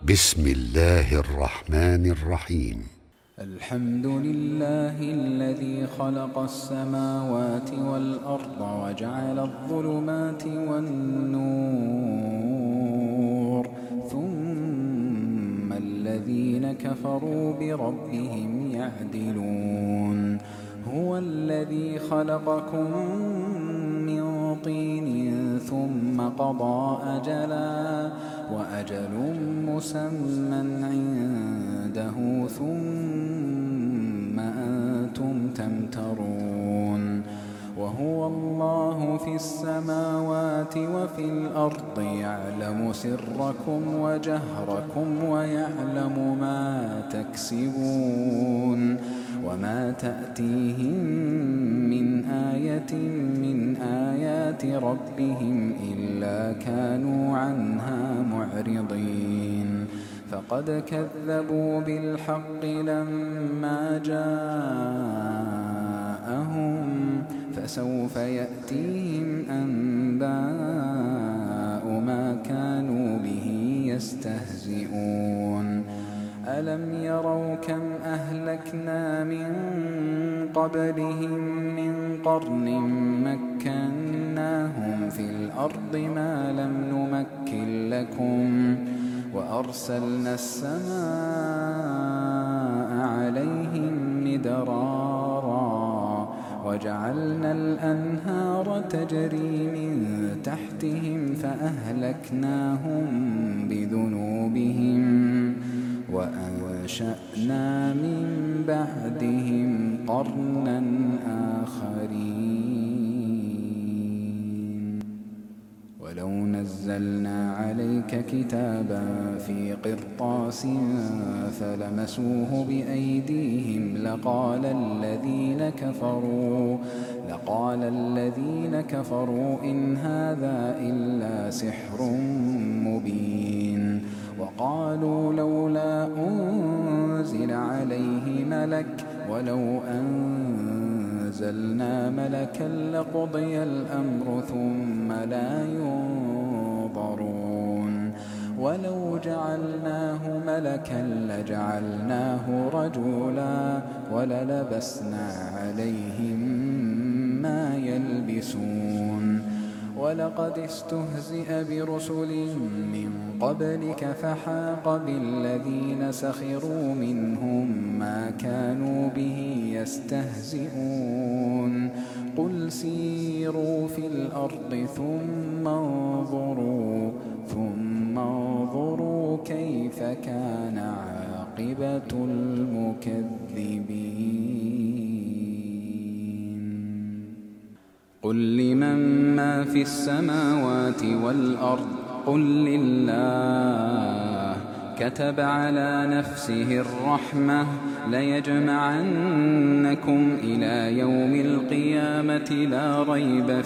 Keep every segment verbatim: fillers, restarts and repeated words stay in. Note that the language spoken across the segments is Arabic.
بسم الله الرحمن الرحيم. الحمد لله الذي خلق السماوات والأرض وجعل الظلمات والنور ثم الذين كفروا بربهم يعدلون. هو الذي خلقكم من طين ثم قضى أجلا وأجل مسمى عنده ثم أنتم تمترون. وهو الله في السماوات وفي الأرض يعلم سركم وجهركم ويعلم ما تكسبون. وما تأتيهم من آية من آيات ربهم إلا كانوا عنها معرضين. فقد كذبوا بالحق لما جاءهم فسوف يأتيهم أنباء ما كانوا به يستهزئون. ألم يروا كم أهلكنا من قبلهم من قرن مكناهم في الأرض ما لم نمكن لكم وأرسلنا السماء عليهم مدرارا وجعلنا الأنهار تجري من تحتهم فأهلكناهم بذنوبهم وأنشأنا من بعدهم قرنا آخرين. ولو نزلنا عليك كتابا في قرطاس فلمسوه بأيديهم لقال الذين كفروا لقال الذين كفروا إن هذا إلا سحر مبين. وقالوا لولا أنزل عليه ملك ولو أنزلنا ملكا لقضي الأمر ثم لا ينظرون. ولو جعلناه ملكا لجعلناه رجلا وللبسنا عليهم ما يلبسون. ولقد استهزئ برسل من قبلك فحاق بالذين سخروا منهم ما كانوا به يستهزئون. قل سيروا في الأرض ثم انظروا ثم انظروا كيف كان عاقبة المكذبين. قل لمن ما في السماوات والأرض قل لله كتب على نفسه الرحمة ليجمعنكم إلى يوم القيامة لا ريب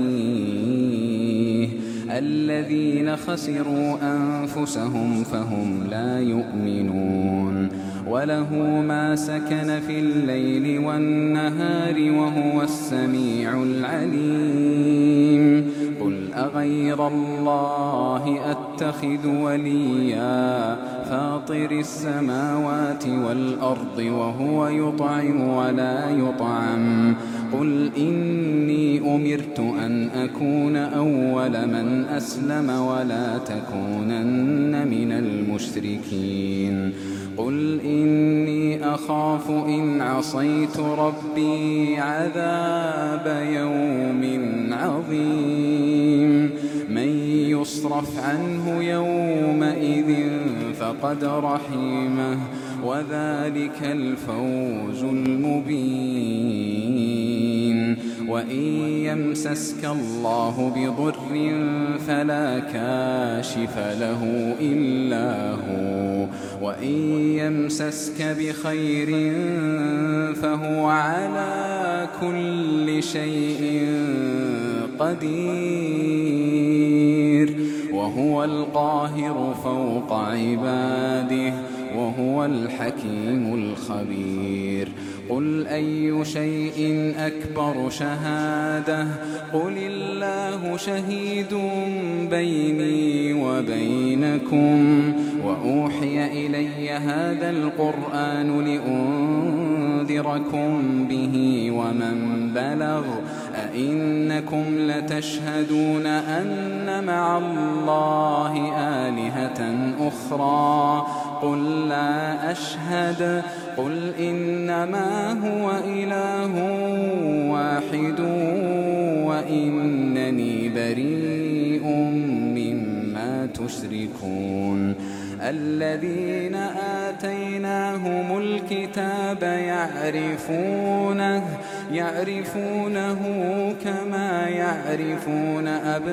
فيه الذين خسروا أنفسهم فهم لا يؤمنون. وله ما سكن في الليل والنهار وهو السميع العليم. قل أغير الله أتخذ وليا فاطر السماوات والأرض وهو يطعم ولا يطعم. قل إني أمرت أن أكون أول من أسلم ولا تكونن من المشركين. قل إني أخاف إن عصيت ربي عذاب يوم عظيم. من يصرف عنه يومئذ فقد رحمه وذلك الفوز المبين. وإن يمسسك الله بضر فلا كاشف له إلا هو وإن يمسسك بخير فهو على كل شيء قدير. وهو القاهر فوق عباده وهو الحكيم الخبير. قل أي شيء أكبر شهادة قل الله شهيد بيني وبينكم وأوحي إلي هذا القرآن لأنذركم به ومن بلغ أئنكم لتشهدون أن مع الله آلهة أخرى قل لا أشهد قل إنما هو إله واحد وإنني بريء مما تشركون الذين آتيناهم الكتاب يعرفونه يعرفونه كما يعرفون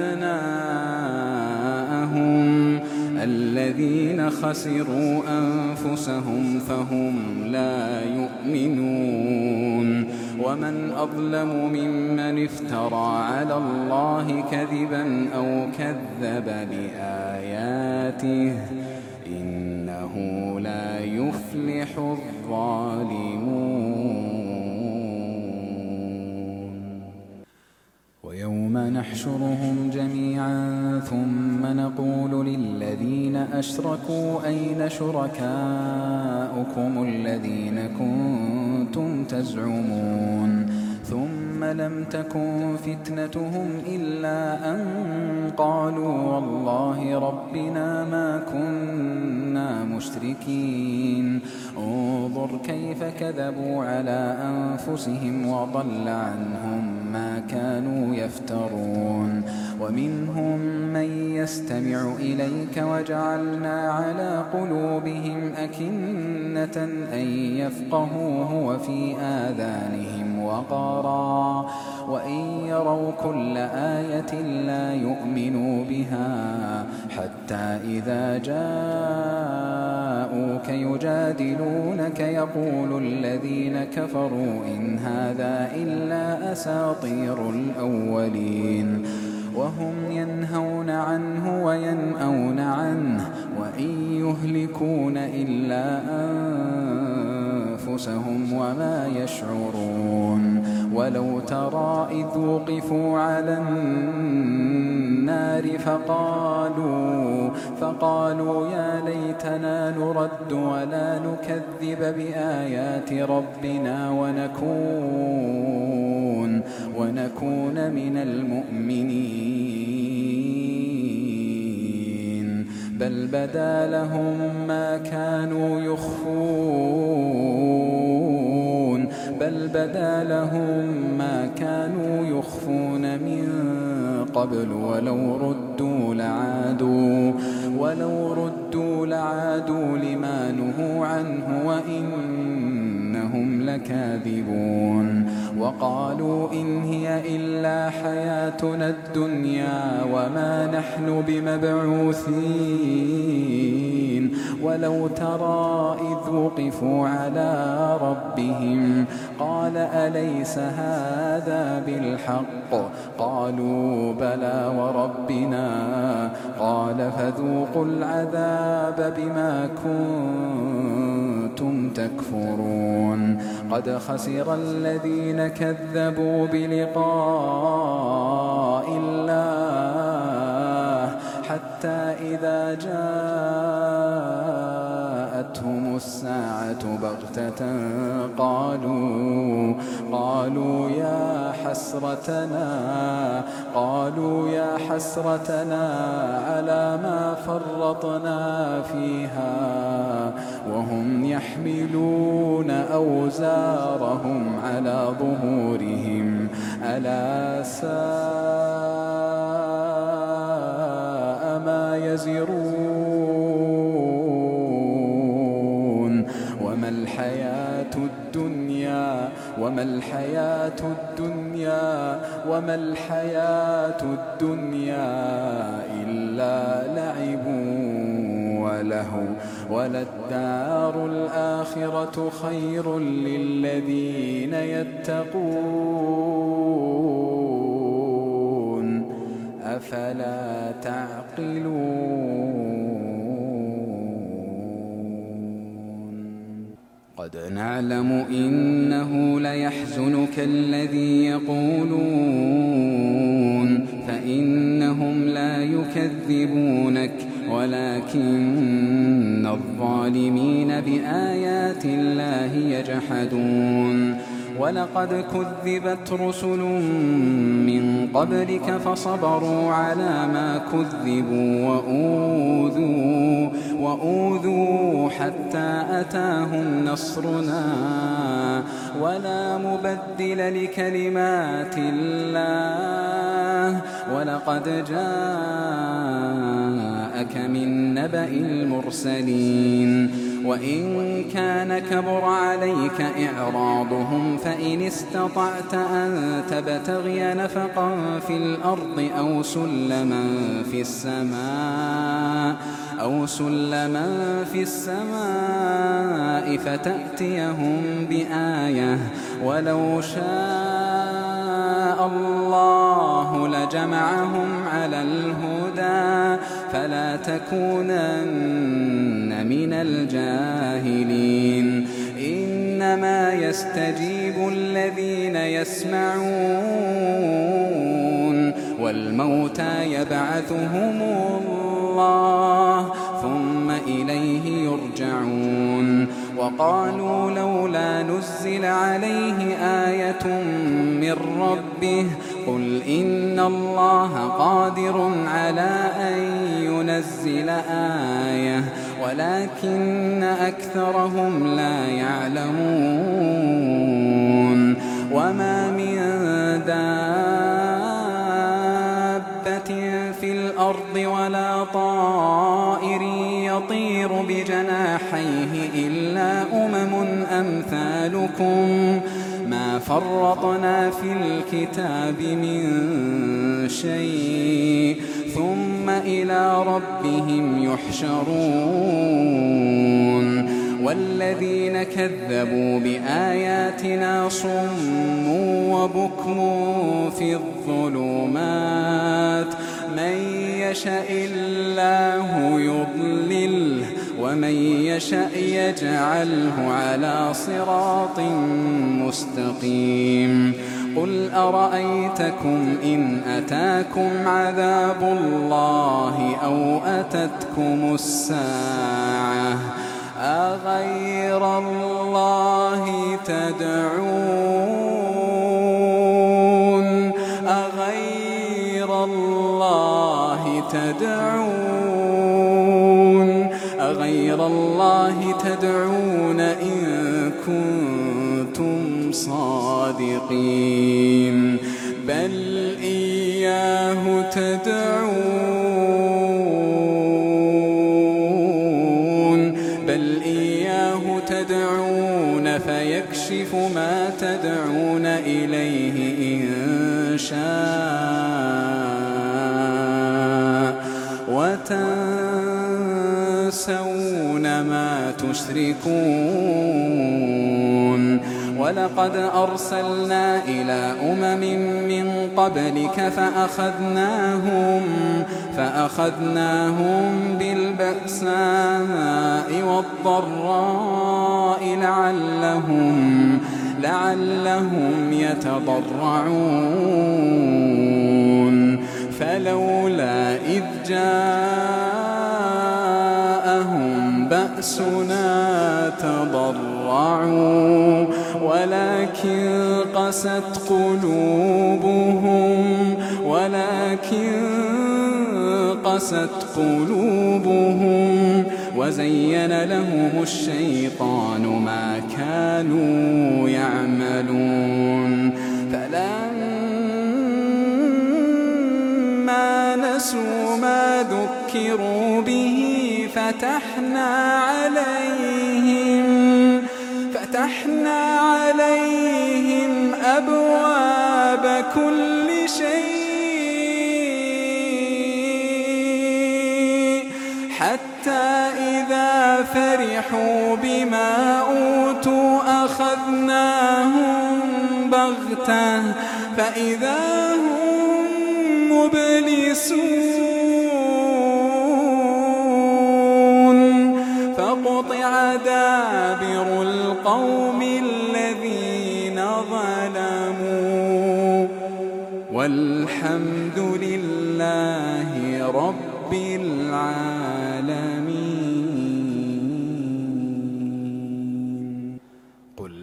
أبناءهم الذين خسروا أنفسهم فهم لا يؤمنون ومن أظلم ممن افترى على الله كذبا أو كذب بآياته إنه لا يفلح الظالمون ويوم نحشرهم جميعا ثم نقول للذين أشركوا أين شركاؤكم الذين كنتم تزعمون ثم لم تكن فتنتهم إلا أن قالوا والله ربنا ما كنا مشركين انظر كيف كذبوا على أنفسهم وضل عنهم ما كانوا يفترون ومنهم من يستمع إليك وجعلنا على قلوبهم أكنة أن يفقهوه وفي آذانهم وقرا وإن يروا كل آية لا يؤمنوا بها حتى إذا جاءوك يجادلونك يقول الذين كفروا إن هذا إلا أساطير الأولين وهم ينهون عنه وينأون عنه وإن يهلكون إلا أنفسهم وما يشعرون ولو ترى إذ وقفوا على النار فقالوا فقالوا يا ليتنا نرد ولا نكذب بآيات ربنا ونكون ونكون من المؤمنين بل بدا لهم ما كانوا يخفون بل بدا لهم ما كانوا يخفون من قبل ولو ردوا لعادوا ولو ردوا لعادوا لما نهوا عنه وإنهم لكاذبون وقالوا إن هي إلا حياتنا الدنيا وما نحن بمبعوثين ولو ترى إذ وقفوا على ربهم قال أليس هذا بالحق قالوا بلى وربنا قال فذوقوا العذاب بما كنتم تكفرون قد خسر الذين كذبوا بلقاء الله حتى إذا جاءتهم الساعة بغتة قالوا قالوا يا حسرتنا قالوا يا حسرتنا على ما فرطنا فيها وهم يحملون أوزارهم على ظهورهم ألا ساء ما يزرون وما الحياة الدنيا وما الحياة الدنيا وما الحياة الدنيا إلا لعب ولهو وللدار الآخرة خير للذين يتقون أفلا تعقلون قد نعلم إنه ليحزنك الذي يقولون فإنهم لا يكذبونك ولكن الظالمين بآيات الله يجحدون ولقد كذبت رسل من قبلك فصبروا على ما كذبوا وأوذوا, وأوذوا حتى أتاهم نصرنا ولا مبدل لكلمات الله ولقد جاءك من نبأ المرسلين وإن كان كبر عليك إعراضهم فإن استطعت أن تبتغي نفقا في الأرض أو سلما في السماء أو سلما في السماء فتأتيهم بآية ولو شاء الله لجمعهم على الهدى فلا تكونن من الجاهلين إنما يستجيب الذين يسمعون والموتى يبعثهم الله ثم إليه يرجعون وقالوا لولا نزل عليه آية من ربه قل إن الله قادر على أن ينزل آية ولكن أكثرهم لا يعلمون وما من دابة في الأرض ولا طائر يطير بجناحيه إلا أمم أمثالكم ما فرطنا في الكتاب من شيء ثم إلى ربهم يحشرون والذين كذبوا بآياتنا صم وبكم في الظلمات من يشاء الله يضلله ومن يشاء يجعله على صراط مستقيم قل أرأيتكم إن أتاكم عذاب الله أو أتتكم الساعة أغير الله تدعون أغير الله تدعون أغير الله تدعون إن كنتم صادقين بل إياه تدعون بل إياه تدعون فيكشف ما تدعون إليه إن شاء وتنسون ما تشركون ولقد أرسلنا إلى أمم من قبلك فأخذناهم فأخذناهم بالبأساء والضراء لعلهم لعلهم يتضرعون فلولا إذ جاءهم بأسنا تضرعوا ولكن قست قلوبهم ولكن قست قلوبهم وزين لهم الشيطان ما كانوا يعملون فلما نسوا ما ذكروا به فتحنا عليهم فتحنا عليهم أبواب كل شيء حتى إذا فرحوا بما أوتوا أخذناهم بغتة فإذا هم مبلسون فقطع دابر القوم الذين ظلموا والحمد لله رب العالمين.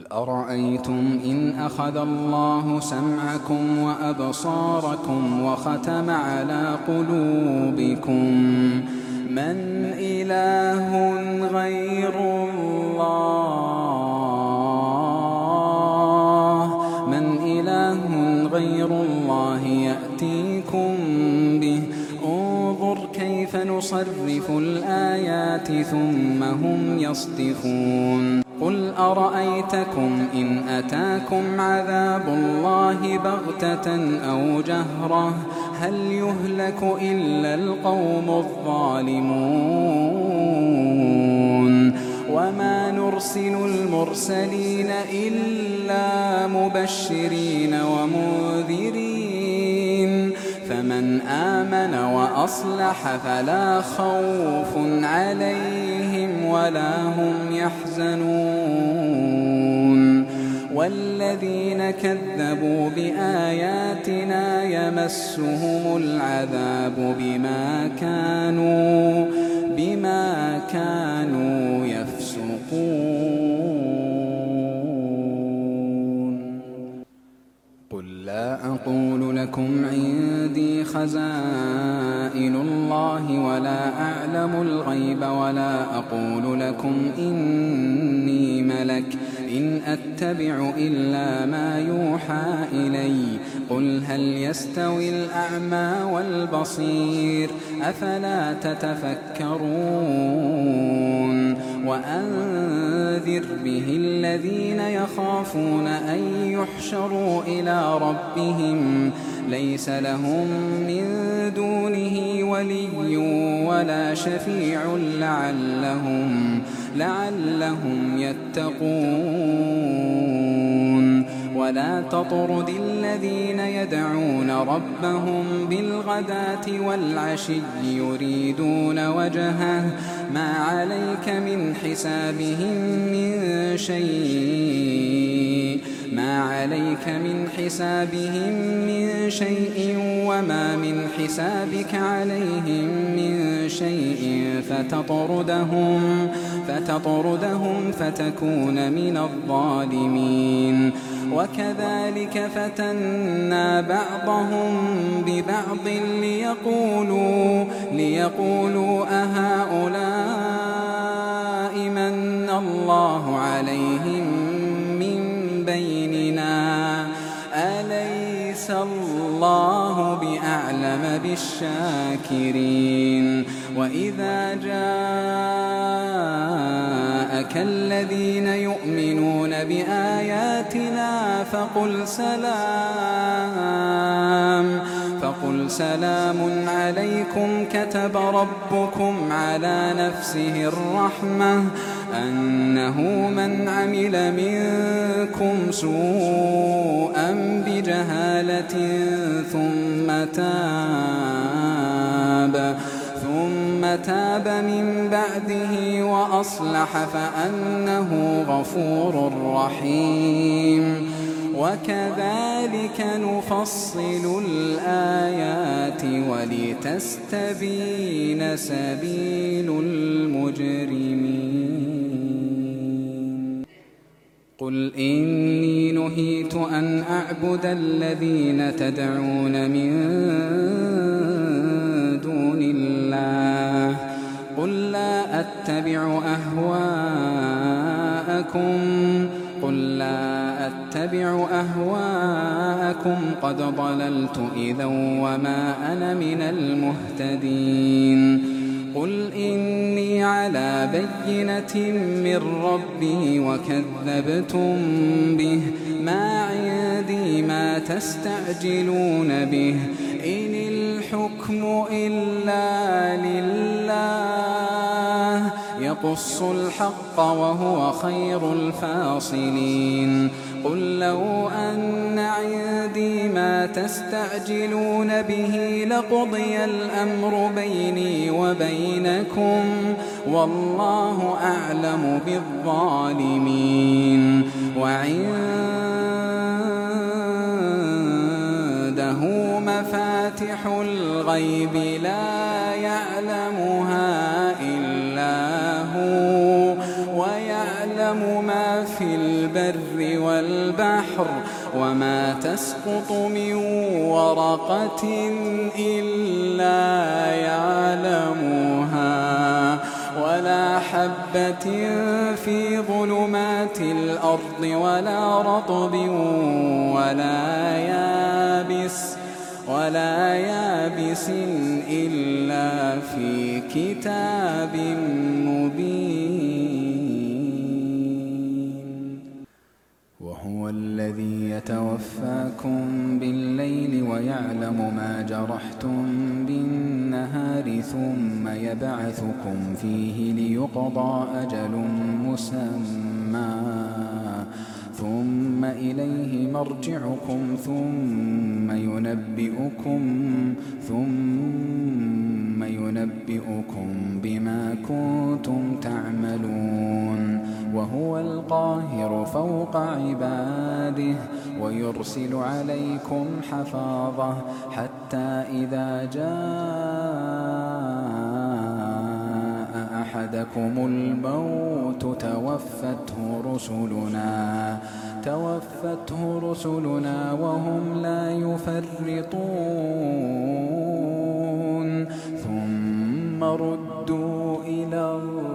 أرأيتم إن أخذ الله سمعكم وأبصاركم وختم على قلوبكم من إله غير الله من إله غير الله يأتيكم به انظر كيف نصرف الآيات ثم هم يصدفون قل أرأيتكم إن أتاكم عذاب الله بغتة أو جهرة هل يهلك إلا القوم الظالمون وما نرسل المرسلين إلا مبشرين ومنذرين فمن آمن وأصلح فلا خوف عليهم ولا هم يحزنون والذين كذبوا بآياتنا يمسهم العذاب بما كانوا بما كانوا يفسقون قل لا أقول لكم عندي خزائن الله ولا أعلم الغيب ولا أقول لكم إني ملك إن أتبع إلا ما يوحى إلي قل هل يستوي الأعمى والبصير أفلا تتفكرون وأنذر به الذين يخافون أن يحشروا إلى ربهم ليس لهم من دونه ولي ولا شفيع لعلهم لعلهم يتقون ولا تطرد الذين يدعون ربهم بالغداة والعشي يريدون وجهه ما عليك من حسابهم من شيء ما عليك من حسابهم من شيء وما من حسابك عليهم من شيء فتطردهم فتطردهم فتكون من الظالمين وكذلك فتنا بعضهم ببعض ليقولوا ليقولوا أهؤلاء من الله عليهم من بيننا أليس الله بأعلم بالشاكرين وإذا جاءك الذين يؤمنون بآياتنا فقل سلام فقل سلام عليكم كتب ربكم على نفسه الرحمة أنه من عمل منكم سوءا بجهالة ثم تاب ثم تاب من بعده وأصلح فأنه غفور رحيم وكذلك نفصل الآيات ولتستبين سبيل المجرمين قل إني نهيت أن أعبد الذين تدعون من دون الله قل لا أتبع أهواءكم قل لا أتبع أهواءكم قد ضللت إذا وما أنا من المهتدين قل إني على بينة من ربي وكذبتم به ما عندي ما تستعجلون به إن الحكم إلا لله يقص الحق وهو خير الفاصلين قل لو أن عندي ما تستعجلون به لقضي الأمر بيني وبينكم والله أعلم بالظالمين وعنده مفاتح الغيب لا يعلمها إلا هو ويعلم ما في البر والبحر وما تسقط من ورقة إلا يعلمها ولا حبة في ظلمات الأرض ولا رطب ولا يابس ولا يابس إلا في كتاب مبين. وهو الذي يتوفاكم بالليل ويعلم ما جرحتم بالنهار ثم يبعثكم فيه ليقضى أجل مسمى ثم إليه مرجعكم ثم ينبئكم ثم ينبئكم بما كنتم تعملون. وهو القاهر فوق عباده ويرسل عليكم حفاظة حتى إذا جاء أحدكم الموت توفته رسلنا توفته رسلنا وهم لا يفرطون ثم ردوا إلى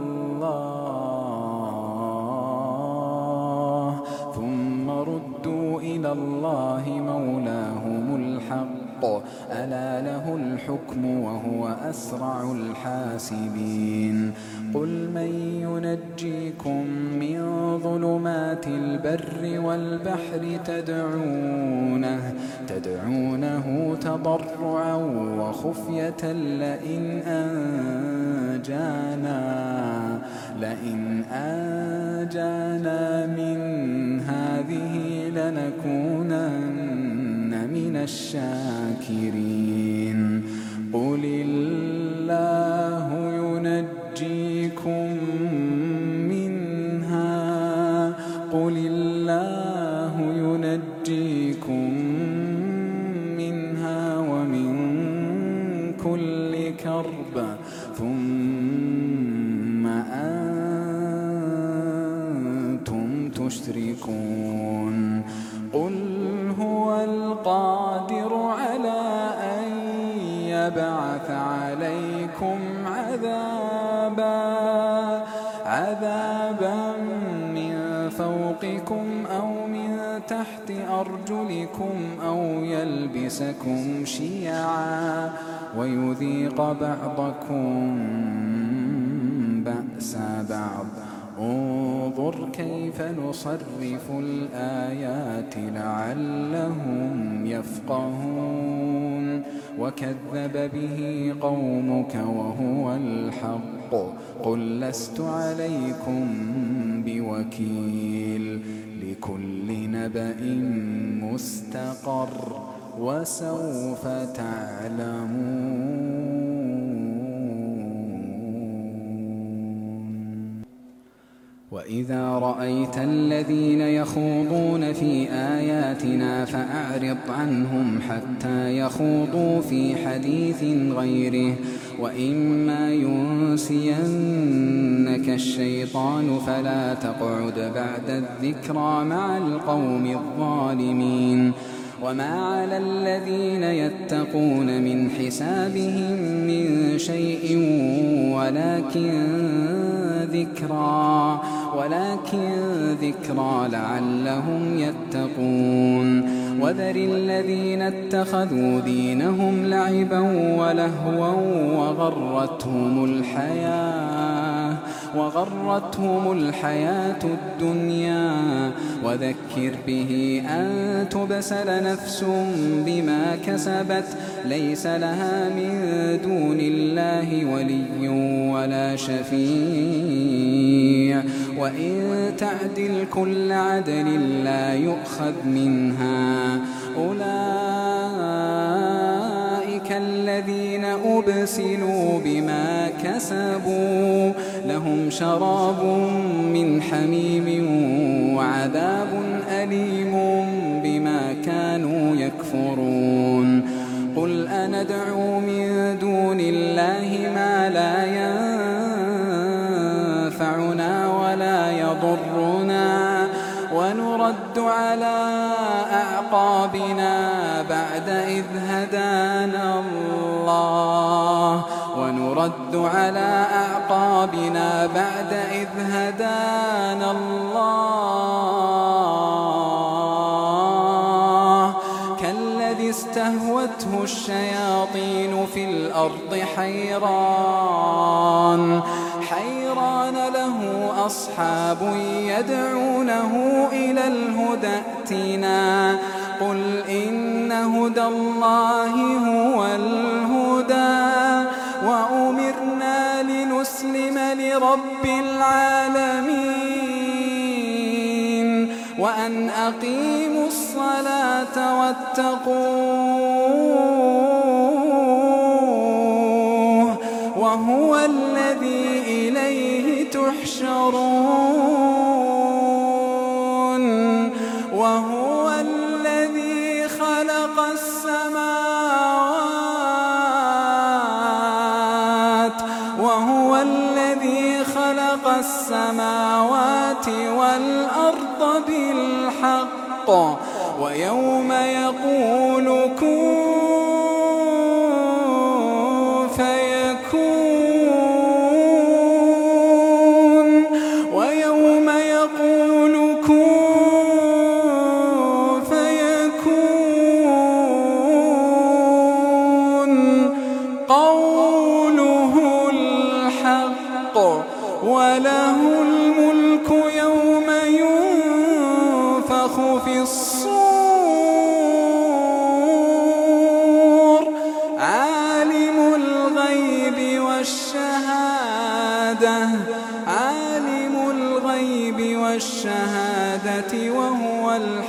الله ثم ردوا إلى الله مولاهم الحق ألا له الحكم وهو أسرع الحاسبين. قل من ينجيكم من ظلمات البر والبحر تدعونه تدعونه تضرعا وخفية لئن أنجانا لئن أنجانا من هذه لنكونن من الشاكرين. قل الله ينجيكم منها قل الله ينجيكم منها ومن كل كرب ثم أنتم تشركون. قل هو القادر على أن يبعث عليكم عذابا عذابا من فوقكم أو من تحت أرجلكم أو يلبسكم شيعا ويذيق بعضكم بأس بعض. انظر كيف نصرف الآيات لعلهم يفقهون. وكذب به قومك وهو الحق قل لست عليكم بوكيل لكل نبأ مستقر وسوف تعلمون. وإذا رأيت الذين يخوضون في آياتنا فأعرض عنهم حتى يخوضوا في حديث غيره وإما ينسينك الشيطان فلا تقعد بعد الذكرى مع القوم الظالمين. وما على الذين يتقون من حسابهم من شيء ولكن ذكرى ولكن ذكرى لعلهم يتقون. وذر الذين اتخذوا دينهم لعبا ولهوا وغرتهم الحياة وغرتهم الحياة الدنيا وذكر به أن تبسل نفس بما كسبت ليس لها من دون الله ولي ولا شفيع وإن تعدل كل عدل لا يؤخذ منها. أولئك الذين أبسلوا بما كسبوا لهم شراب من حميم وعذاب أليم بما كانوا يكفرون. قل أندعو من دون الله ما لا ينفعنا ولا يضرنا ونرد على أعقابنا بعد إذ هدانا الله ونرد على أعقابنا بعد إذ هدانا الله كالذي استهوته الشياطين في الأرض حيران حيران له أصحاب يدعونه إلى الهدى ائتنا قل إن هدى الله هو الهدى وأمرنا لنسلم لرب العالمين وأن أقيموا الصلاة واتقوه وهو الذي إليه تحشرون وهو الذي خلق السماوات وهو الذي خلق السماوات والأرض بالحق ويوم يقول كن فيكون ويوم يقول كن فيكون قوله الحق وله الملك يوم ينفخ في الصور عالم الغيب والشهادة عالم الغيب والشهادة وهو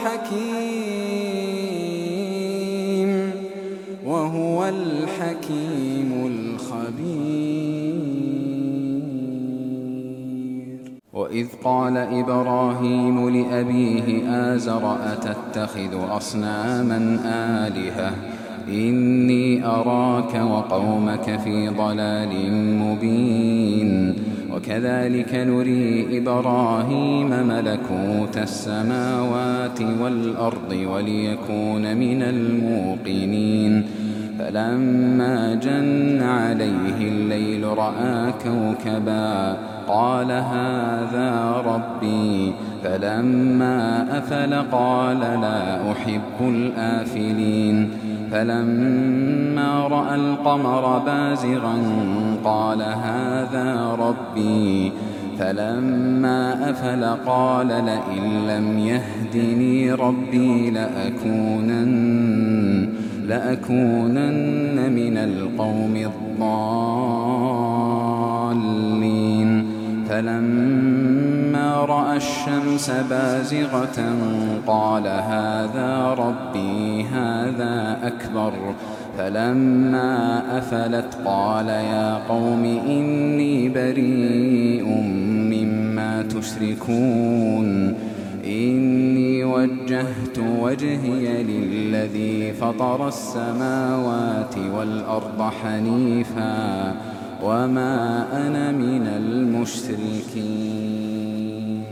الحكيم وهو الحكيم الخبير وإذ قال إبراهيم لأبيه آزر أتتخذ أصناما آلهة إني أراك وقومك في ضلال مبين وكذلك نري إبراهيم ملكوت السماوات والأرض وليكون من الموقنين فلما جن عليه الليل رأى كوكبا قال هذا ربي فلما أفل قال لا أحب الآفلين فلما رأى القمر بازغا قال هذا ربي فلما أفل قال لئن لم يهدني ربي لأكونن لأكونن من القوم الضالين فلما رأى الشمس بازغة قال هذا ربي هذا أكبر فلما أفلت قال يا قوم إني بريء مما تشركون إني وجهت وجهي للذي فطر السماوات والأرض حنيفا وما أنا من المشركين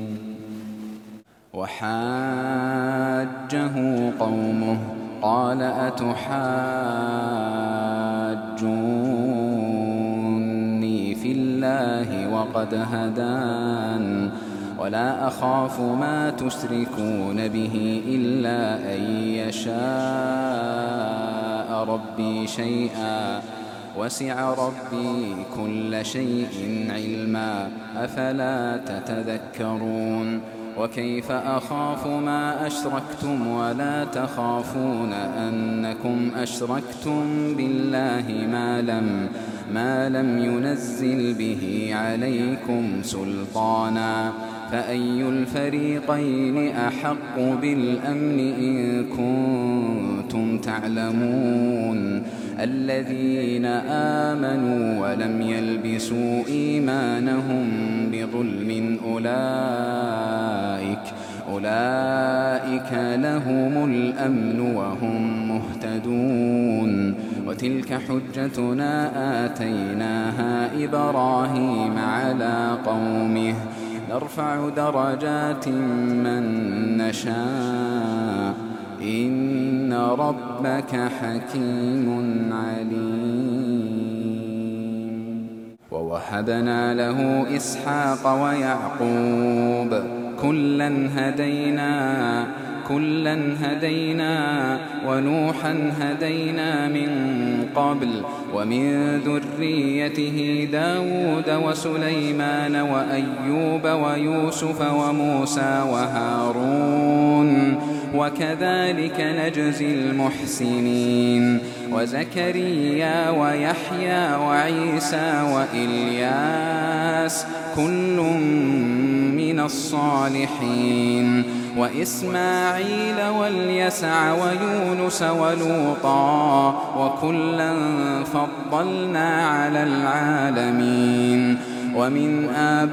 وحاجه قومه قال أتحاجوني في الله وقد هدان ولا أخاف ما تشركون به إلا أن يشاء ربي شيئا وسع ربي كل شيء علما أفلا تتذكرون وكيف أخاف ما أشركتم ولا تخافون أنكم أشركتم بالله ما لم ما لم ينزل به عليكم سلطانا فأي الفريقين أحق بالأمن إن كنتم تعلمون الذين آمنوا ولم يلبسوا إيمانهم بظلم أولئك أولئك لهم الأمن وهم مهتدون وتلك حجتنا آتيناها إبراهيم على قومه نرفع درجات من نشاء إن ربك حكيم عليم. ووهبنا له إسحاق ويعقوب كلا هدينا كلا هدينا ونوحا هدينا من قبل ومن ذريته داود وسليمان وأيوب ويوسف وموسى وهارون وكذلك نجزي المحسنين وزكريا ويحيى وعيسى وإلياس كل من الصالحين وإسماعيل واليسع ويونس ولوطا وكلا فضلنا على العالمين ومن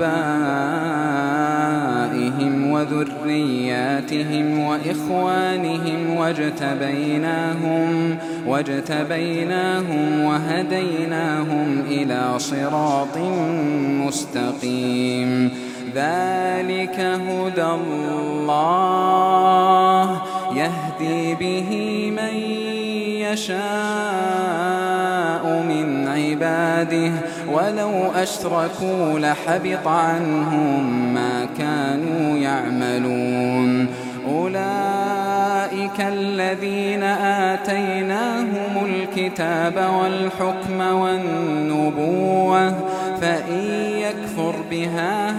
آبائهم وذرياتهم وإخوانهم واجتبيناهم واجتبيناهم وهديناهم إلى صراط مستقيم ذلك هدى الله يهدي به من يشاء من عباده ولو أشركوا لحبط عنهم ما كانوا يعملون أولئك الذين آتيناهم الكتاب والحكم والنبوة فإن يكفر بها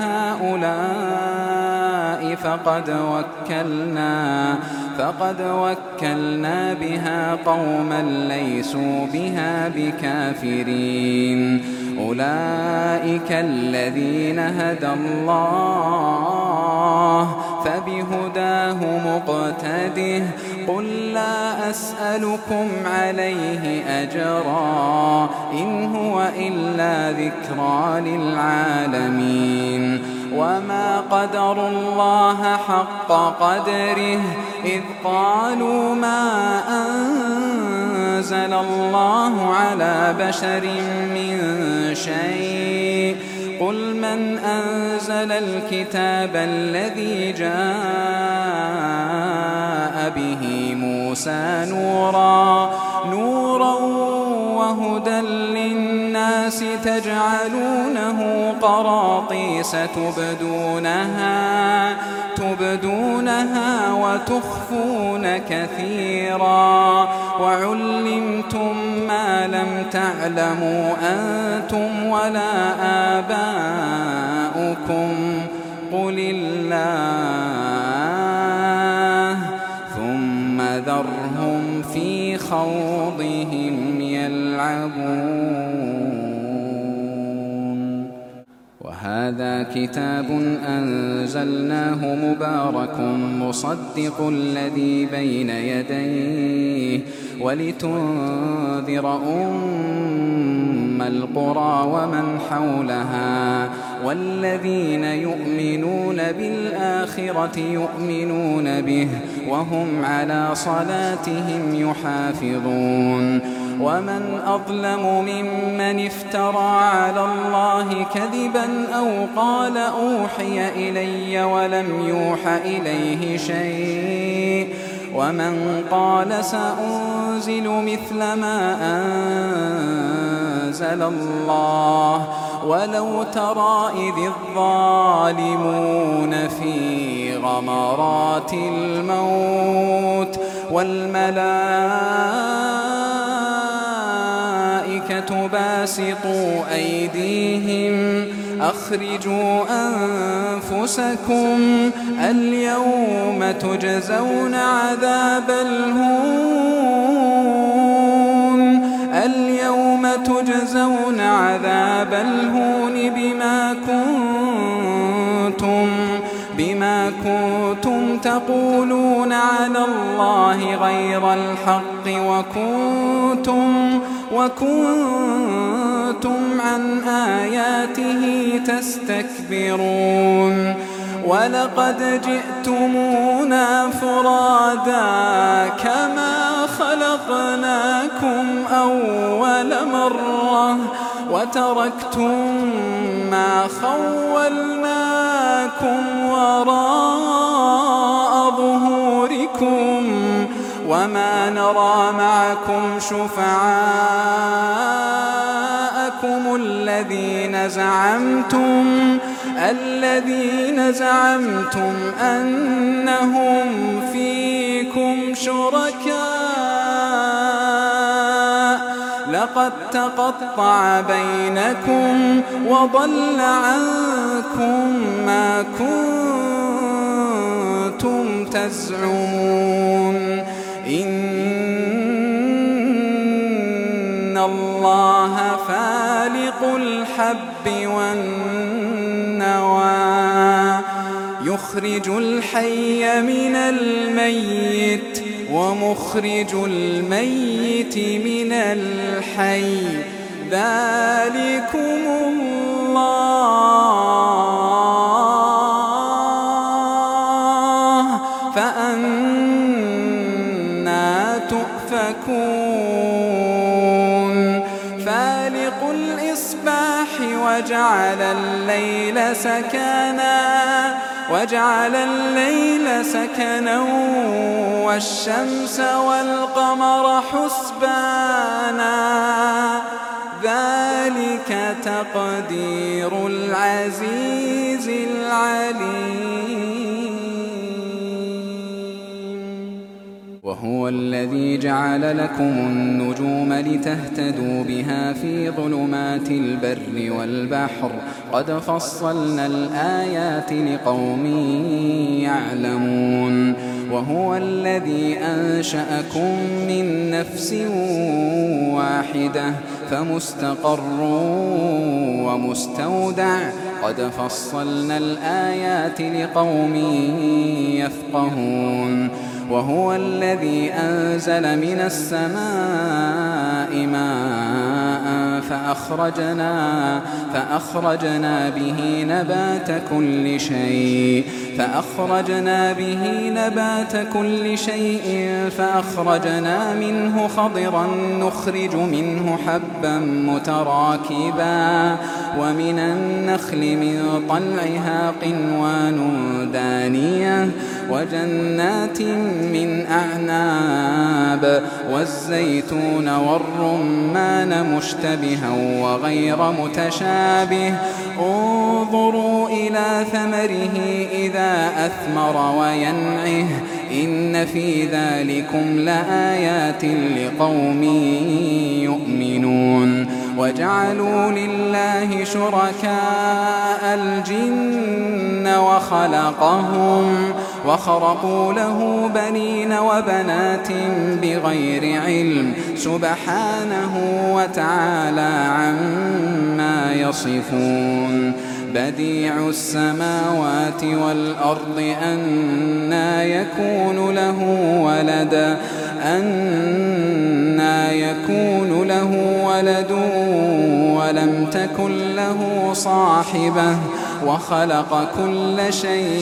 هؤلاء فقد وكلنا فقد وكلنا بها قوما ليسوا بها بكافرين أولئك الذين هدى الله فبهداه مقتده قل لا أسألكم عليه أجرا إن هو إلا ذكرى للعالمين وما قدروا الله حق قدره إذ قالوا ما أنزل الله على بشر من شيء قل من أنزل الكتاب الذي جاء به موسى نورا نورا وهدى للناس تجعلونه قراطيس تبدونها تبدونها وتخفون كثيرا وعلمتم ما لم تعلموا أنتم ولا آباؤكم قل الله ثم ذرهم في خوضهم يلعبون وهذا كتاب أنزلناه مبارك مصدق الذي بين يديه ولتنذر أم القرى ومن حولها والذين يؤمنون بالآخرة يؤمنون به وهم على صلاتهم يحافظون ومن أظلم ممن افترى على الله كذبا أو قال أوحي إلي ولم يوح إليه شيء ومن قال سأنزل مثل ما أنزل الله ولو ترى إذ الظالمون في غمرات الموت والملائكة باسطوا أيديهم أخرجوا أنفسكم اليوم تجزون عذاب الهون اليوم تجزون عذاب الهون بما كنتم بما كنتم تقولون على الله غير الحق وكنتم وكنتم عن آياته تستكبرون ولقد جئتمونا فرادا كما خلقناكم أول مرة وتركتم ما خولناكم معكم وراء ظهوركم وما نرى معكم شفعاءكم الذين زعمتم الذين زعمتم أنهم فيكم شركاء لقد تقطع بينكم وضل عنكم ما كنتم تزعمون إن الله فالق الحب والنوى يخرج الحي من الميت ومخرج الميت من الحي ذلكم الله فأنى تؤفكون فالق الإصباح وجعل الليل سكنا وجعل الليل سكنا والشمس والقمر حسبانا ذلك تقدير العزيز العليم وهو الذي جعل لكم النجوم لتهتدوا بها في ظلمات البر والبحر قد فصلنا الآيات لقوم يعلمون وهو الذي أنشأكم من نفس واحدة فمستقر ومستودع قد فصلنا الآيات لقوم يفقهون وهو الذي أنزل من السماء ماء فأخرجنا, فأخرجنا به نبات كل شيء فأخرجنا به نبات كل شيء فأخرجنا منه خضرا نخرج منه حبا متراكبا ومن النخل من طلعها قنوان دانية وجنات من أعناب والزيتون والرمان مشتبها وغير متشابه انظروا إلى ثمره إذا أثمر وينعه إن في ذلكم لآيات لقوم يؤمنون وجعلوا لله شركاء الجن وخلقهم وخرقوا له بنين وبنات بغير علم سبحانه وتعالى عما يصفون بديع السماوات والأرض أنى يكون له ولد أنى يكون له ولد ولم تكن له صاحبة وخلق كل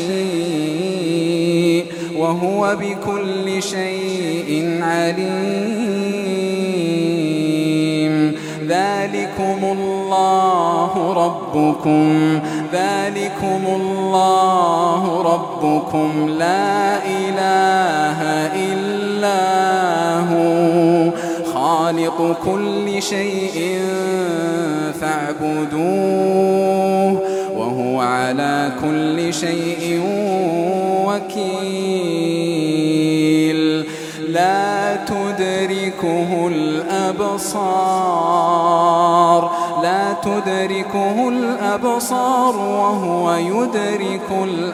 شيء وهو بكل شيء عليم ذلكم الله ربكم ذلكم الله ربكم لا إله إلا هو خالق كل شيء فاعبدوه وهو على كل شيء وكيل لا تدركه الأبصار لا تدركه الأبصار وهو يدرك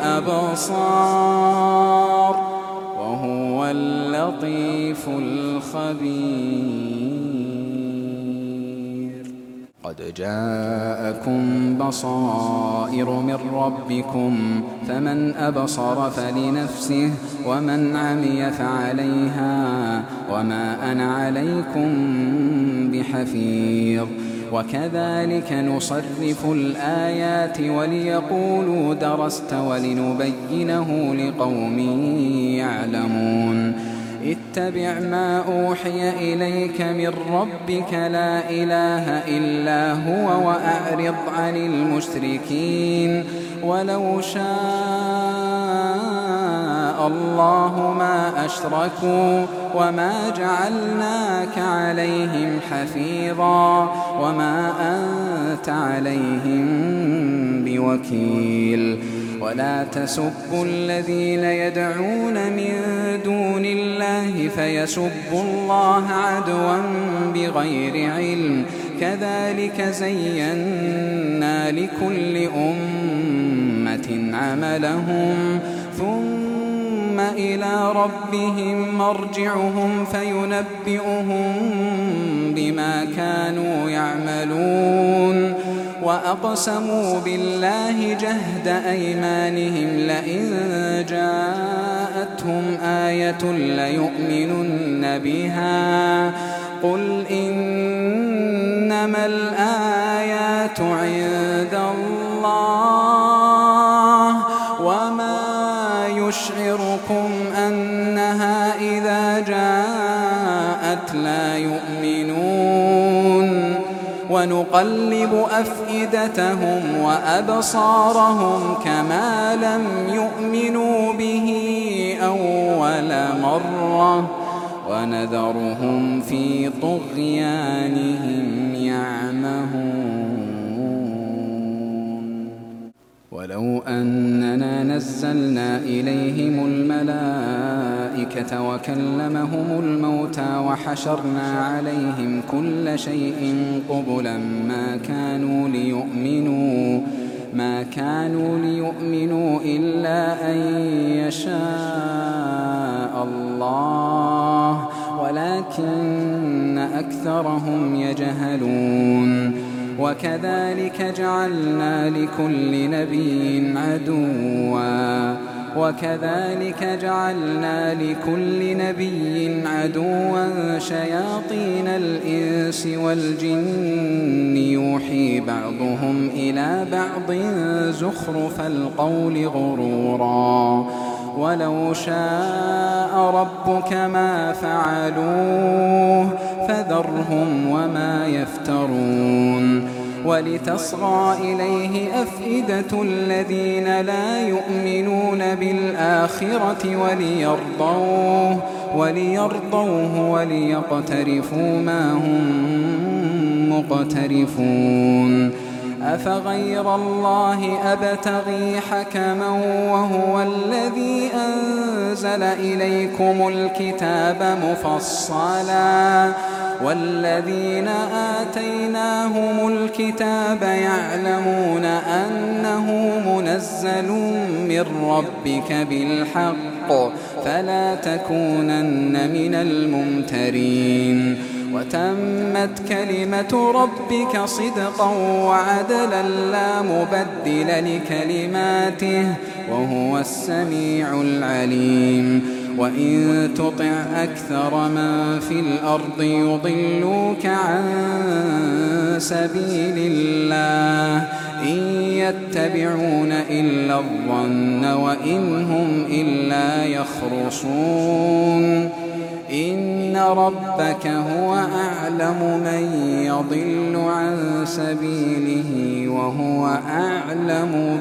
الأبصار وهو اللطيف الخبير قد جاءكم بصائر من ربكم فمن أبصر فلنفسه ومن عمي فعليها وما أنا عليكم بحفيظ وكذلك نصرف الآيات وليقولوا درست ولنبينه لقوم يعلمون اتبع ما أوحي إليك من ربك لا إله إلا هو وأعرض عن المشركين ولو شاء الله ما أشركوا وما جعلناك عليهم حفيظا وما أنت عليهم بوكيل ولا تسبوا الذين يدعون من دون الله فيسبوا الله عدوا بغير علم كذلك زينا لكل أمة عملهم ثم إلى ربهم مرجعهم فينبئهم بما كانوا يعملون وأقسموا بالله جهد أيمانهم لئن جاءتهم آية ليؤمنن بها قل إنما الآيات عند الله وما يشعركم أنها إذا جاءت لا يؤمنون ونقلب أفئدتهم وأبصارهم كما لم يؤمنوا به أول مرة ونذرهم في طغيانهم يعمهون ولو أننا نزلنا إليهم الملائكة وكلمهم الموتى وحشرنا عليهم كل شيء قبلا ما كانوا ليؤمنوا ما كانوا ليؤمنوا إلا أن يشاء الله ولكن أكثرهم يجهلون وكذلك جعلنا لكل نبي عدوا وكذلك جعلنا لكل نبي عدوا شياطين الإنس والجن يوحي بعضهم إلى بعض زخرف القول غرورا ولو شاء ربك ما فعلوه فذرهم وما يفترون ولتصغى إليه أفئدة الذين لا يؤمنون بالآخرة وليرضوه وليرضوه وليقترفوا ما هم مقترفون أفغير الله أبتغي حكما وهو الذي أنزل إليكم الكتاب مفصلا والذين آتيناهم الكتاب يعلمون أنه منزل من ربك بالحق فلا تكونن من الممترين وتمت كلمة ربك صدقا وعدلا لا مبدل لكلماته وهو السميع العليم وإن تطع أكثر من في الأرض يضلوك عن سبيل الله إن يتبعون إلا الظن وإن هم إلا يخرصون إن ربك هو أعلم من يضل عن سبيله وهو أعلم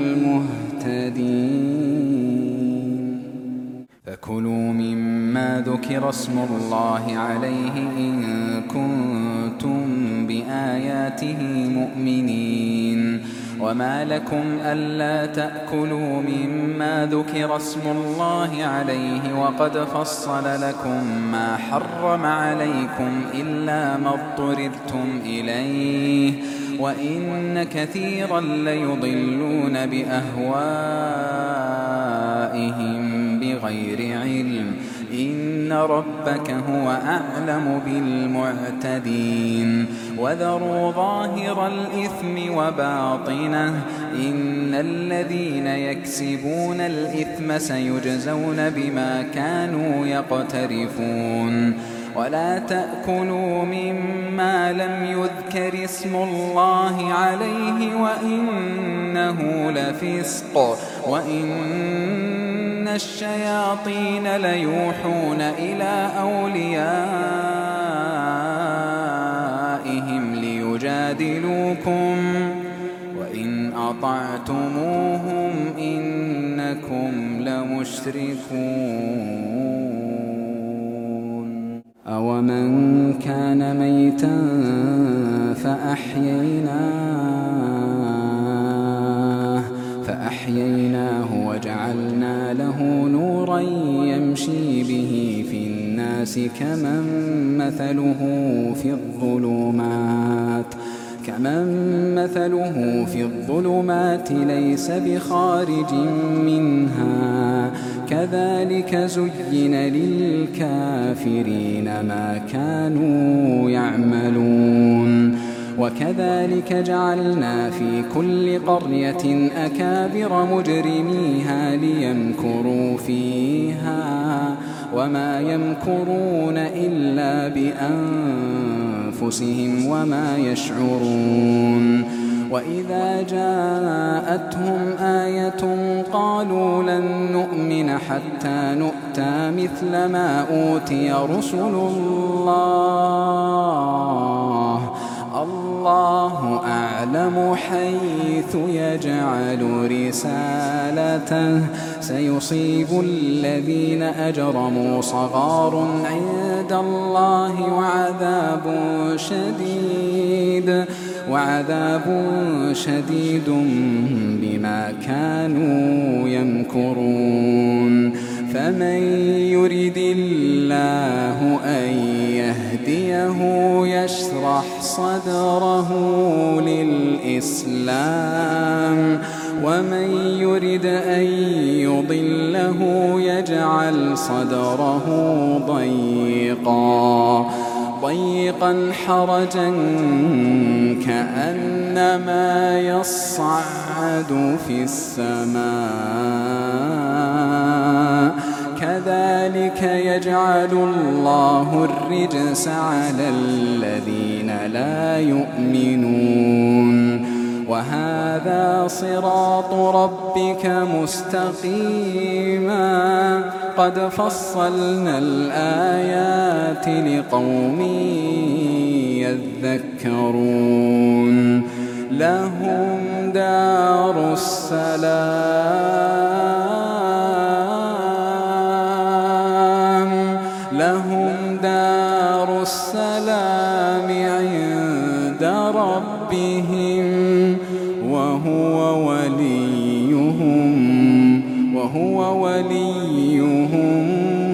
بالمهتدين فكلوا مما ذكر اسم الله عليه إن كنتم بآياته مؤمنين وما لكم ألا تأكلوا مما ذكر اسم الله عليه وقد فصل لكم ما حرم عليكم إلا ما اضطررتم إليه وإن كثيرا ليضلون بأهوائهم بغير علم إن ربك هو أعلم بالمعتدين وذروا ظاهر الإثم وباطنه إن الذين يكسبون الإثم سيجزون بما كانوا يقترفون ولا تأكلوا مما لم يذكر اسم الله عليه وإنه لفسق وإن الشياطين ليوحون إلى أوليائهم ليجادلوكم وإن أطعتموهم إنكم لمشركون أومن كان ميتا فأحييناه فأحييناه وجعلنا له نورا يمشي به في الناس كمن مثله في الظلمات كمن مثله في الظلمات ليس بخارج منها كذلك زين للكافرين ما كانوا يعملون وكذلك جعلنا في كل قرية أكابر مجرميها ليمكروا فيها وما يمكرون إلا بأنفسهم وما يشعرون وإذا جاءتهم آية قالوا لن نؤمن حتى نؤتى مثل ما أوتي رسل الله الله أعلم حيث يجعل رسالته سيصيب الذين أجرموا صغار عند الله وعذاب شديد وعذاب شديد بما كانوا يمكرون فمن يرد الله أن يهديه يشرح صدره للإسلام ومن يرد أن يضله يجعل صدره ضيقا ضيقا حرجا كأنما يصعد في السماء كذلك يجعل الله الرجس على الذين لا يؤمنون وهذا صراط ربك مستقيما قد فصلنا الآيات لقوم يذكرون لهم دار السلام لهم دار السلام عند ربهم وهو وليهم وهو وليهم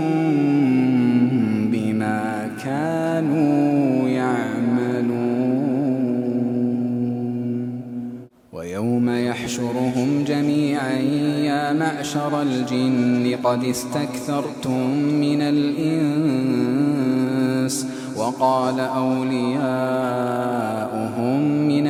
بما كانوا يعملون ويوم يحشرهم جميعا يا معشر الجن قد استكثرتم من الإنس وقال أولياؤهم من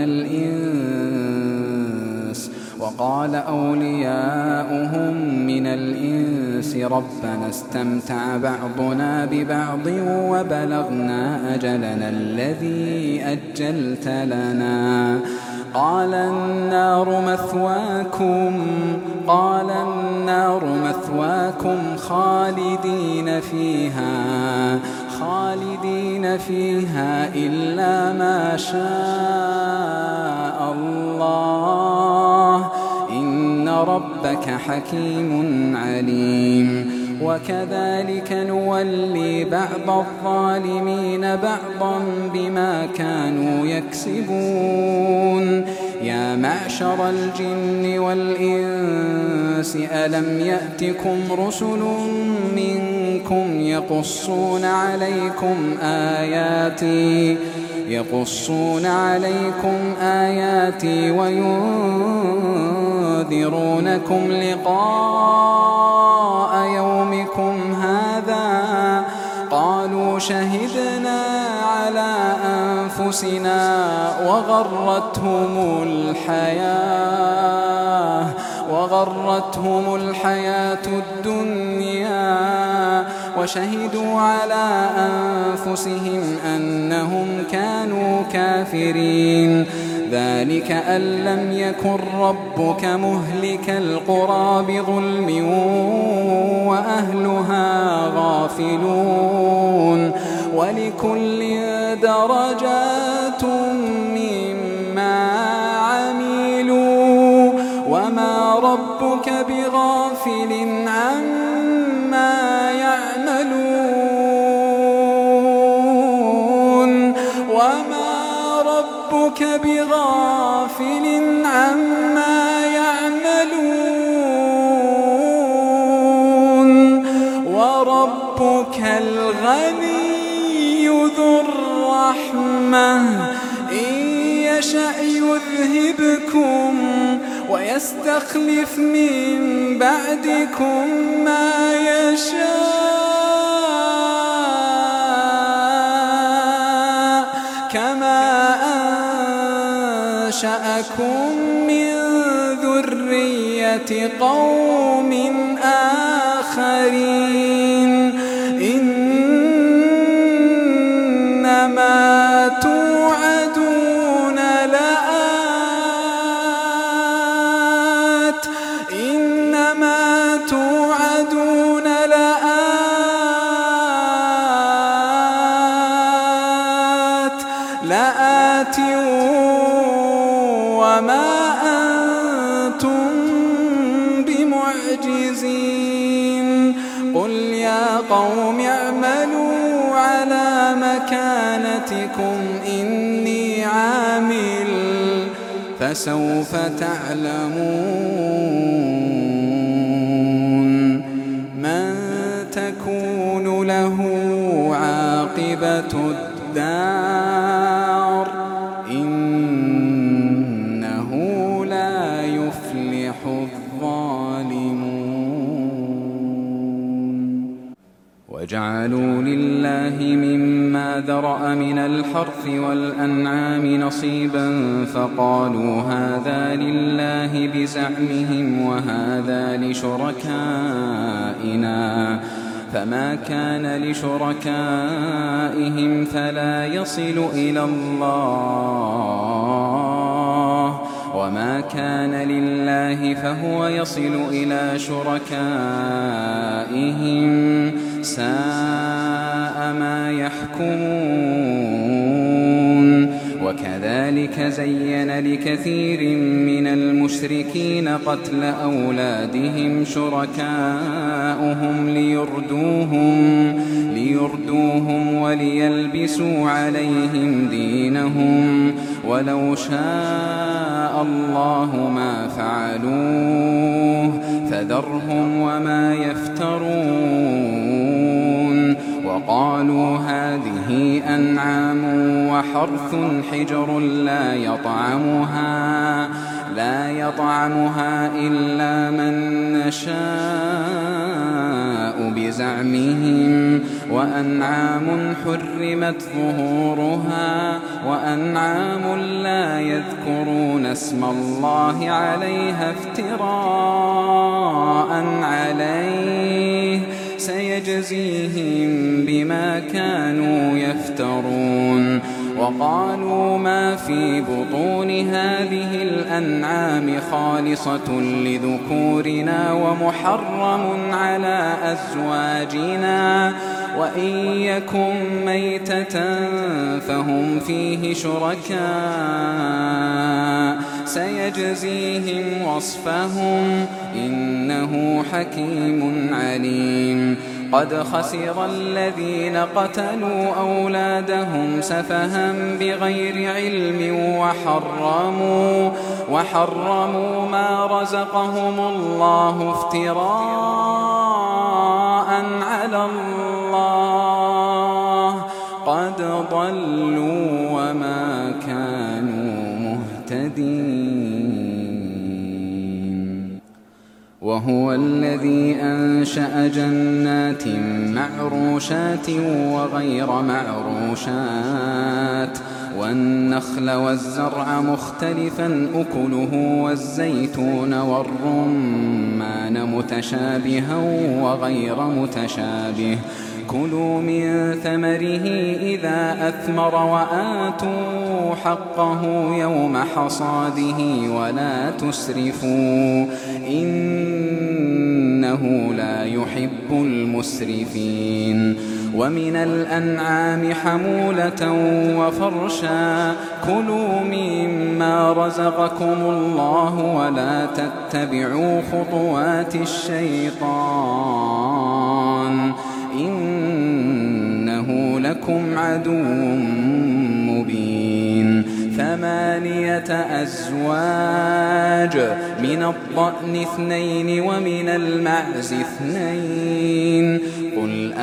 الإنس وقال أولياؤهم من الإنس ربنا استمتع بعضنا ببعض وبلغنا أجلنا الذي أجلت لنا قال النار مثواكم قال النار مثواكم خالدين فيها خالدين فيها إلا ما شاء الله إن ربك حكيم عليم وكذلك نولي بعض الظالمين بعضا بما كانوا يكسبون يا معشر الجن والإنس ألم يأتكم رسل منكم يقصون عليكم آياتي يقصون عليكم آياتي وينذرونكم لقاء يومكم هذا قالوا شهدنا على أنفسنا وغرتهم الحياة وغرتهم الحياة الدنيا وشهدوا على أنفسهم أنهم كانوا كافرين ذلك أن لم يكن ربك مهلك القرى بظلم غافلون ولكل درجات مما عملوا وما ربك بغافل عما يعملون وما ربك بغافل عما يعملون وربك الغني ذو الرحمة إن يشأ يذهبكم ويستخلف من بعدكم ما يشاء كما أنشأكم من ذرية قوم آخرين إنما توعدون لآت إنما توعدون لآت لآت وما أنتم بمعجزين قل يا قوم اعملوا على مكانتكم إني عامل فسوف تعلمون من تكون له عاقبة الدار إنه لا يفلح الظالمون وجعلوا لله مما ذرأ من الحرث والأنعام نصيبا فقالوا هذا لله بزعمهم وهذا لشركائنا فما كان لشركائهم فلا يصل إلى الله وما كان لله فهو يصل إلى شركائهم ساء ما يحكمون وكذلك زين لكثير من المشركين قتل أولادهم شركاؤهم ليردوهم ليردوهم وليلبسوا عليهم دينهم ولو شاء الله ما فعلوه فذرهم وما يفترون وقالوا هذه أنعام وحرث حجر لا يطعمها لا يطعمها إلا من نشاء بزعمهم وأنعام حرمت ظهورها وأنعام لا يذكرون اسم الله عليها افتراء عليه سيجزيهم بما كانوا يفترون وقالوا ما في بطون هذه الأنعام خالصة لذكورنا ومحرم على أزواجنا وإن يكن ميتة فهم فيه شركاء سيجزيهم وصفهم إنه حكيم عليم قد خسر الذين قتلوا أولادهم سفها بغير علم وحرموا وحرموا ما رزقهم الله افتراء على الله قد ضلوا وما كانوا مهتدين وهو الذي أنشأ جنات معروشات وغير معروشات والنخل والزرع مختلفا أكله والزيتون والرمان متشابها وغير متشابه كلوا من ثمره إذا أثمر وآتوا حقه يوم حصاده ولا تسرفوا إنه إنه لا يحب المسرفين. ومن الأنعام حمولة وفرشا كلوا مما رزقكم الله ولا تتبعوا خطوات الشيطان إنه لكم عدو مبين. ثمانية أزواج من الضأن اثنين ومن المعز اثنين قل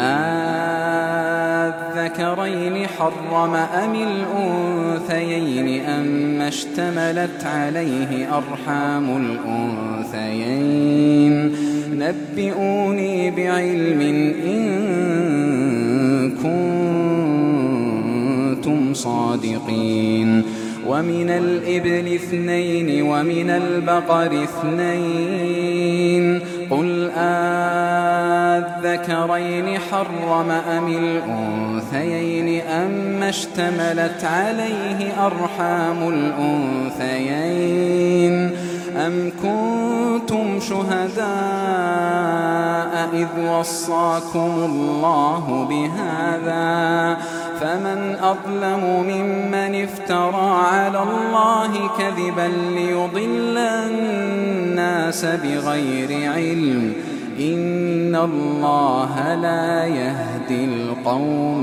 آذكرين حرم أم الأنثيين أما اشتملت عليه أرحام الأنثيين نبئوني بعلم إن كنتم صادقين. ومن الإبل اثنين ومن البقر اثنين قل آذكرين حرم أم الأنثيين أما اشتملت عليه أرحام الأنثيين أم كنتم شهداء إذ وصاكم الله بهذا فمن أظلم ممن افترى على الله كذبا ليضل الناس بغير علم إن الله لا يهدي القوم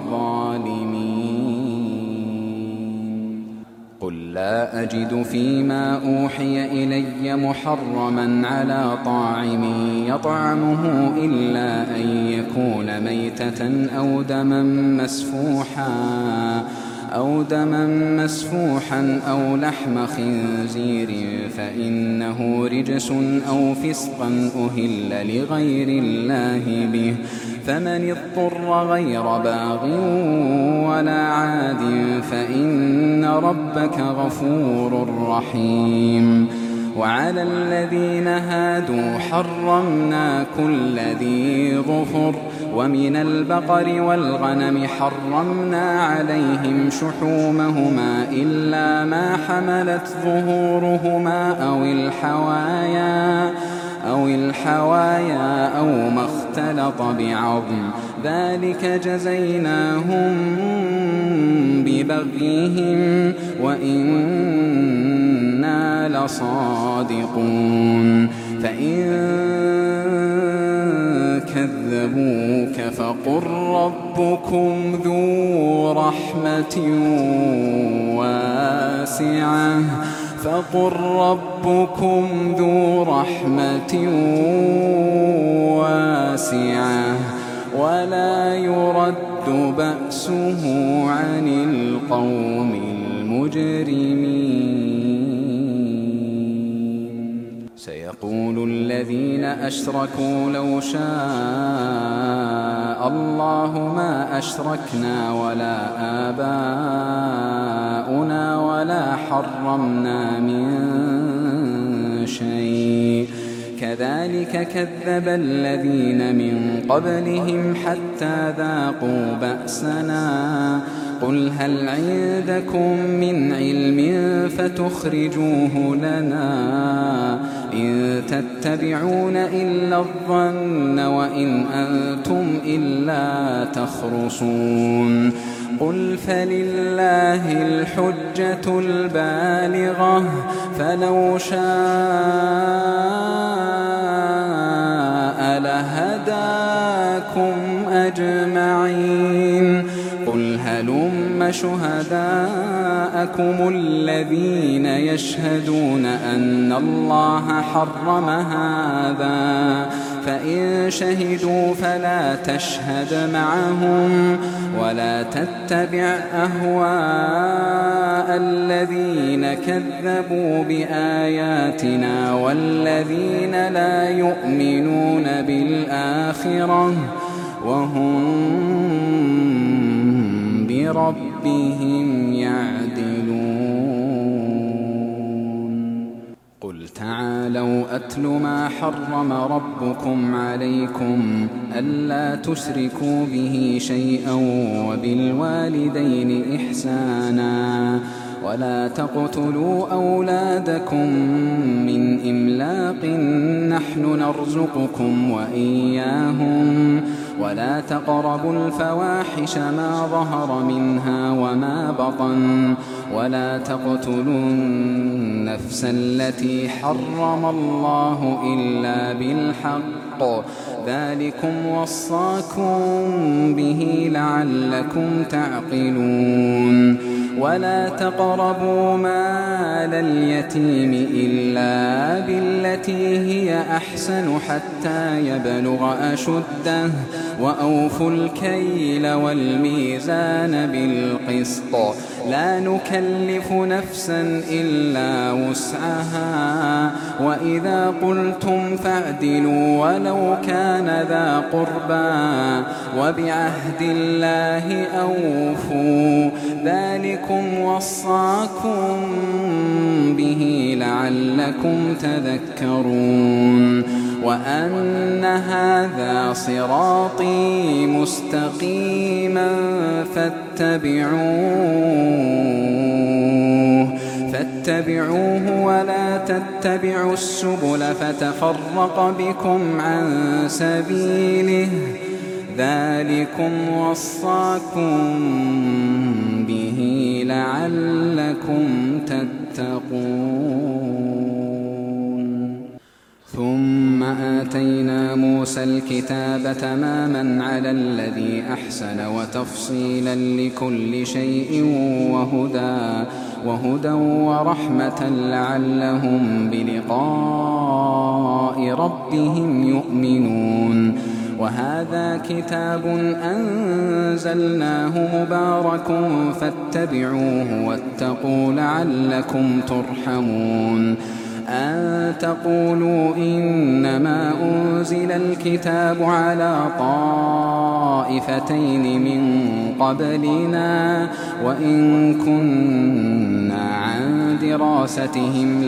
الظالمين. قل لا أجد فيما أوحي إلي محرما على طاعم يطعمه إلا أن يكون ميتة أو دما مسفوحا أو دما مسفوحا أو لحم خنزير فإنه رجس أو فسقا أهل لغير الله به فمن اضطر غير باغ ولا عاد فإن ربك غفور رحيم. وعلى الذين هادوا حرمنا كل ذي ظفر ومن البقر والغنم حرمنا عليهم شحومهما إلا ما حملت ظهورهما أو الحوايا أو الحوايا أو ما اختلط بعظم ذلك جزيناهم ببغيهم وإنا لصادقون. فإن كذبوك فقل ربكم ذو رحمة واسعة فقل ربكم ذو رحمة واسعة ولا يرد بأسه عن القوم المجرمين. سيقول الذين أشركوا لو شاء الله ما أشركنا ولا آباؤنا ولا حرمنا من شيء كذلك كذب الذين من قبلهم حتى ذاقوا بأسنا قل هل عندكم من علم فتخرجوه لنا إن تتبعون إلا الظن وإن أنتم إلا تخرصون. قل فلله الحجة البالغة فلو شاء لهداكم أجمعين. قل هلم شهداءكم الذين يشهدون أن الله حرم هذا فإن شهدوا فلا تشهد معهم ولا تتبع أهواء الذين كذبوا بآياتنا والذين لا يؤمنون بالآخرة وهم بربهم يعدلون. قل تعالوا أتل ما حرم ربكم عليكم ألا تشركوا به شيئا وبالوالدين إحسانا ولا تقتلوا أولادكم من إملاق نحن نرزقكم وإياهم ولا تقربوا الفواحش ما ظهر منها وما بطن ولا تقتلوا النفس التي حرم الله إلا بالحق ذلكم وصاكم به لعلكم تعقلون ولا تقربوا مال اليتيم إلا بالتي هي أحسن حتى يبلغ أشده وأوفوا الكيل والميزان بالقسط لا نكلف نفسا إلا وسعها وإذا قلتم فاعدلوا ولو كان ذا قربى وبعهد الله أوفوا ذلكم وصاكم به لعلكم تذكرون وأن هذا صراطي مستقيما فاتبعوه فاتبعوه ولا تتبعوا السبل فتفرق بكم عن سبيله ذلكم وصاكم به لعلكم تتقون ثم آتينا موسى الكتاب تماما على الذي أحسن وتفصيلا لكل شيء وهدى وهدى ورحمة لعلهم بلقاء ربهم يؤمنون وهذا كتاب أنزلناه مبارك فاتبعوه واتقوا لعلكم ترحمون أن تقولوا إنما أنزل الكتاب على طائفتين من قبلنا وإن كنا عن دراستهم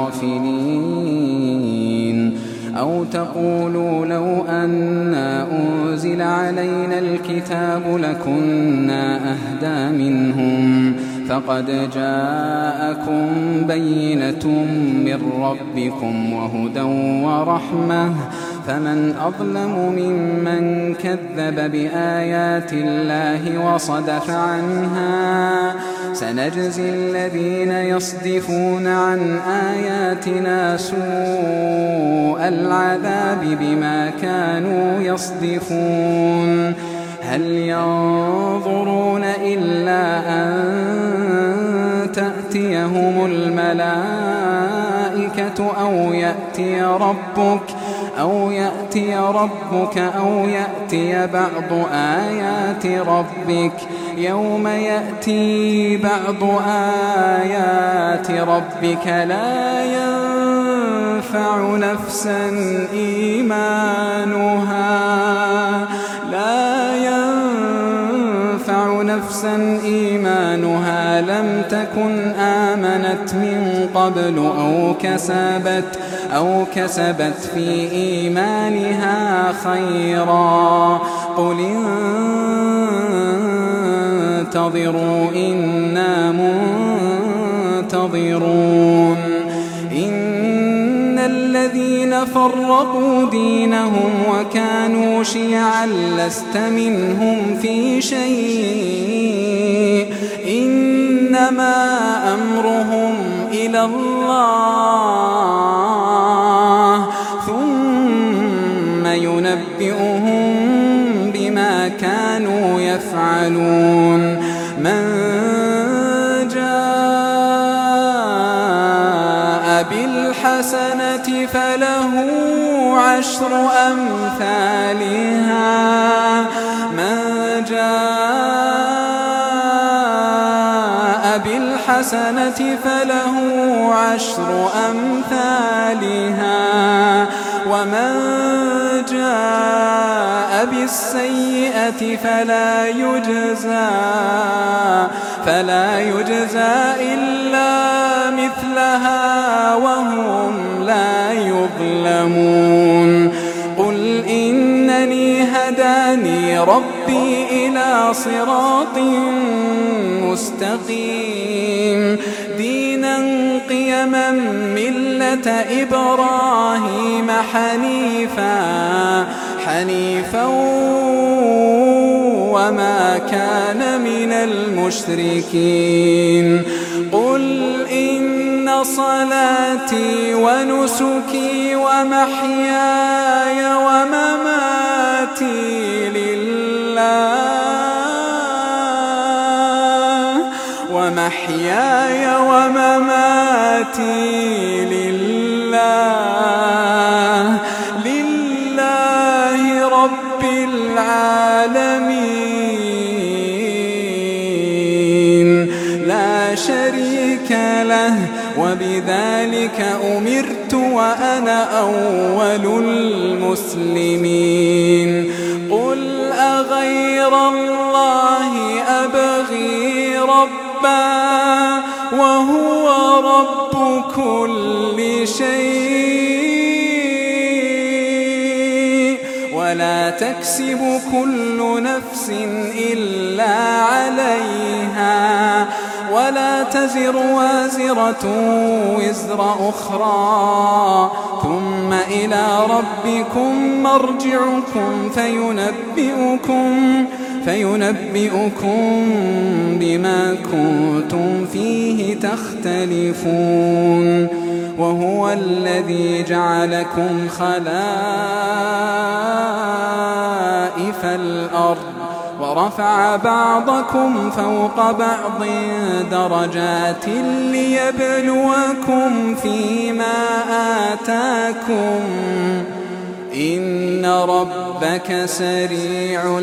لغافلين أو تقولوا لو أنا أنزل علينا الكتاب لكنا أهدى منهم فقد جاءكم بينة من ربكم وهدى ورحمة فمن أظلم ممن كذب بآيات الله وصدف عنها سنجزي الذين يصدفون عن آياتنا سوء العذاب بما كانوا يصدفون هل ينظرون إلا أن تأتيهم الملائكة أو يأتي ربك أو يأتي ربك أو يأتي بعض آيات ربك يوم يأتي بعض آيات ربك لا ينفع نفسا إيمانها لا ينفع نفسا إيمانها لم تكن آمنت من قبل أو كسبت أو كسبت في إيمانها خيرا قل انتظروا إنا منتظرون إن الذين فرقوا دينهم وكانوا شيعا لست منهم في شيء إنما أمرهم إلى الله ثم ينبئهم بما كانوا يفعلون من جاء بالحسنة فله عشر أمثالها من جاء بالحسنة فله عشر أمثالها ومن جاء بالسيئة فلا يجزى فلا يجزى إلا مثلها وهم لا يظلمون قل إنني هداني هداني ربي إلى صراط مستقيم دينا قيما ملة إبراهيم حنيفا حنيفا وما كان من المشركين قل إن صلاتي ونسكي ومحياي ومماتي لله ومحياي ومماتي لله لله رب العالمين لا شريك له وبذلك أمرت وأنا أول المسلمين قل أغير الله أبغي ربا وهو رب كل شيء ولا تكسب كل نفس إلا عليها ولا تزر وازرة وزر أخرى ثم إلى ربكم مرجعكم فينبئكم فينبئكم بما كنتم فيه تختلفون وهو الذي جعلكم خلائف الأرض ورفع بعضكم فوق بعض درجات ليبلوكم فيما آتاكم إن ربك سريع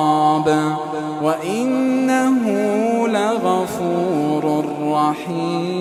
العقاب وإنه لغفور رحيم.